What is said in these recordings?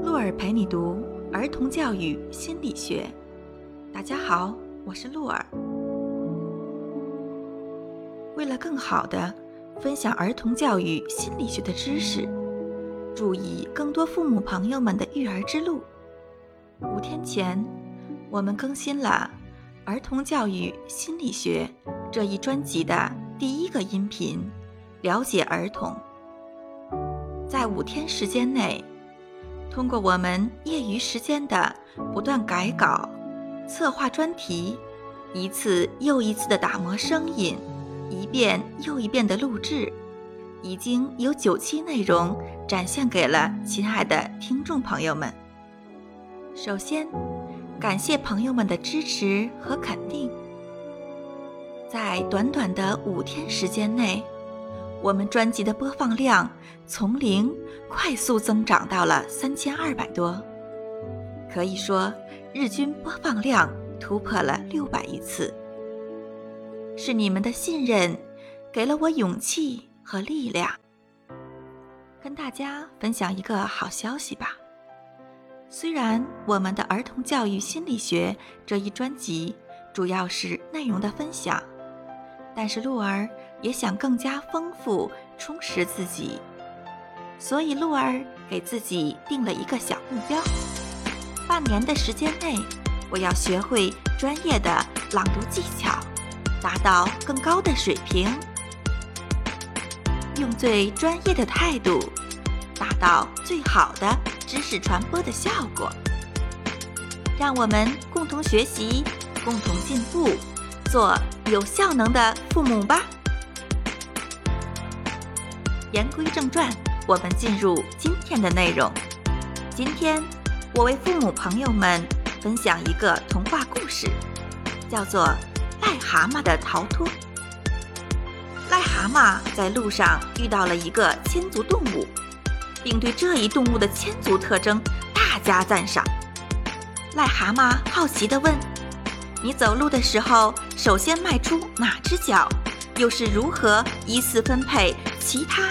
鹿儿陪你读儿童教育心理学。大家好，我是鹿儿。为了更好地分享儿童教育心理学的知识，助益更多父母朋友们的育儿之路，5天前我们更新了儿童教育心理学这一专辑的第1个音频，了解儿童。在5天时间内，通过我们业余时间的不断改稿、策划专题，一次又一次的打磨声音，一遍又一遍的录制，已经有9期内容展现给了亲爱的听众朋友们。首先，感谢朋友们的支持和肯定。在短短的5天时间内，我们专辑的播放量从0快速增长到了3200多，可以说日均播放量突破了600亿次。是你们的信任给了我勇气和力量。跟大家分享一个好消息吧，虽然我们的儿童教育心理学这一专辑主要是内容的分享，但是鹿儿也想更加丰富充实自己，所以鹿儿给自己定了一个小目标，半年的时间内，我要学会专业的朗读技巧，达到更高的水平，用最专业的态度达到最好的知识传播的效果。让我们共同学习，共同进步，做有效能的父母吧。言归正传，我们进入今天的内容。今天我为父母朋友们分享一个童话故事，叫做癞蛤蟆的逃脱。癞蛤蟆在路上遇到了一个千足动物，并对这一动物的千足特征大加赞赏。癞蛤蟆好奇地问，你走路的时候首先迈出哪只脚，又是如何依次分配其他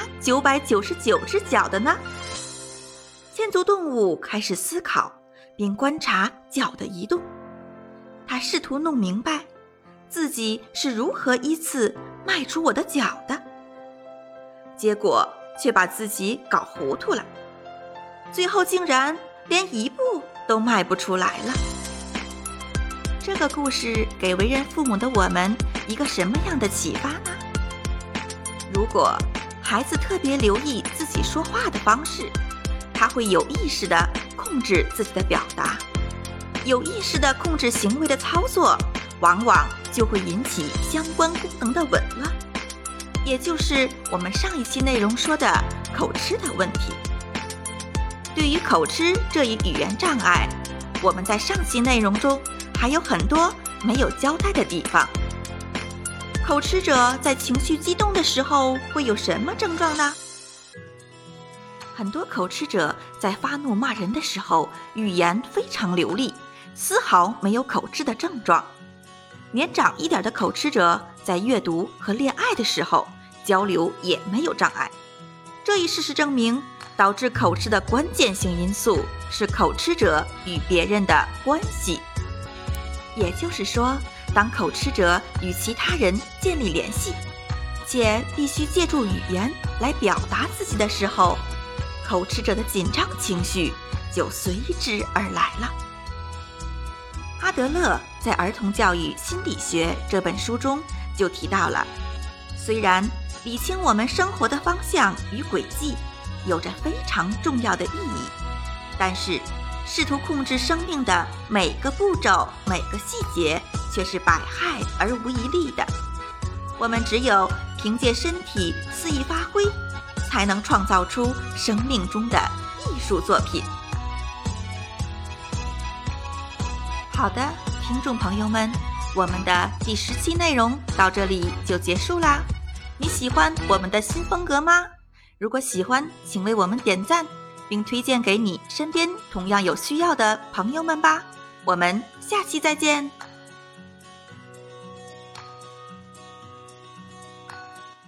999只脚的呢？千足动物开始思考并观察脚的移动，他试图弄明白自己是如何依次迈出我的脚的，结果却把自己搞糊涂了，最后竟然连一步都迈不出来了。这个故事给为人父母的我们一个什么样的启发呢？如果孩子特别留意自己说话的方式，他会有意识地控制自己的表达，有意识地控制行为的操作，往往就会引起相关功能的紊乱，也就是我们上一期内容说的口吃的问题。对于口吃这一语言障碍，我们在上期内容中还有很多没有交代的地方。口吃者在情绪激动的时候会有什么症状呢？很多口吃者在发怒骂人的时候语言非常流利，丝毫没有口吃的症状。年长一点的口吃者在阅读和恋爱的时候交流也没有障碍。这一事实证明，导致口吃的关键性因素是口吃者与别人的关系。也就是说，当口吃者与其他人建立联系，且必须借助语言来表达自己的时候，口吃者的紧张情绪就随之而来了。阿德勒在《儿童教育心理学》这本书中就提到了，虽然理清我们生活的方向与轨迹有着非常重要的意义，但是试图控制生命的每个步骤、每个细节却是百害而无一利的。我们只有凭借身体肆意发挥，才能创造出生命中的艺术作品。好的，听众朋友们，我们的第10期内容到这里就结束啦。你喜欢我们的新风格吗？如果喜欢，请为我们点赞，并推荐给你身边同样有需要的朋友们吧。我们下期再见。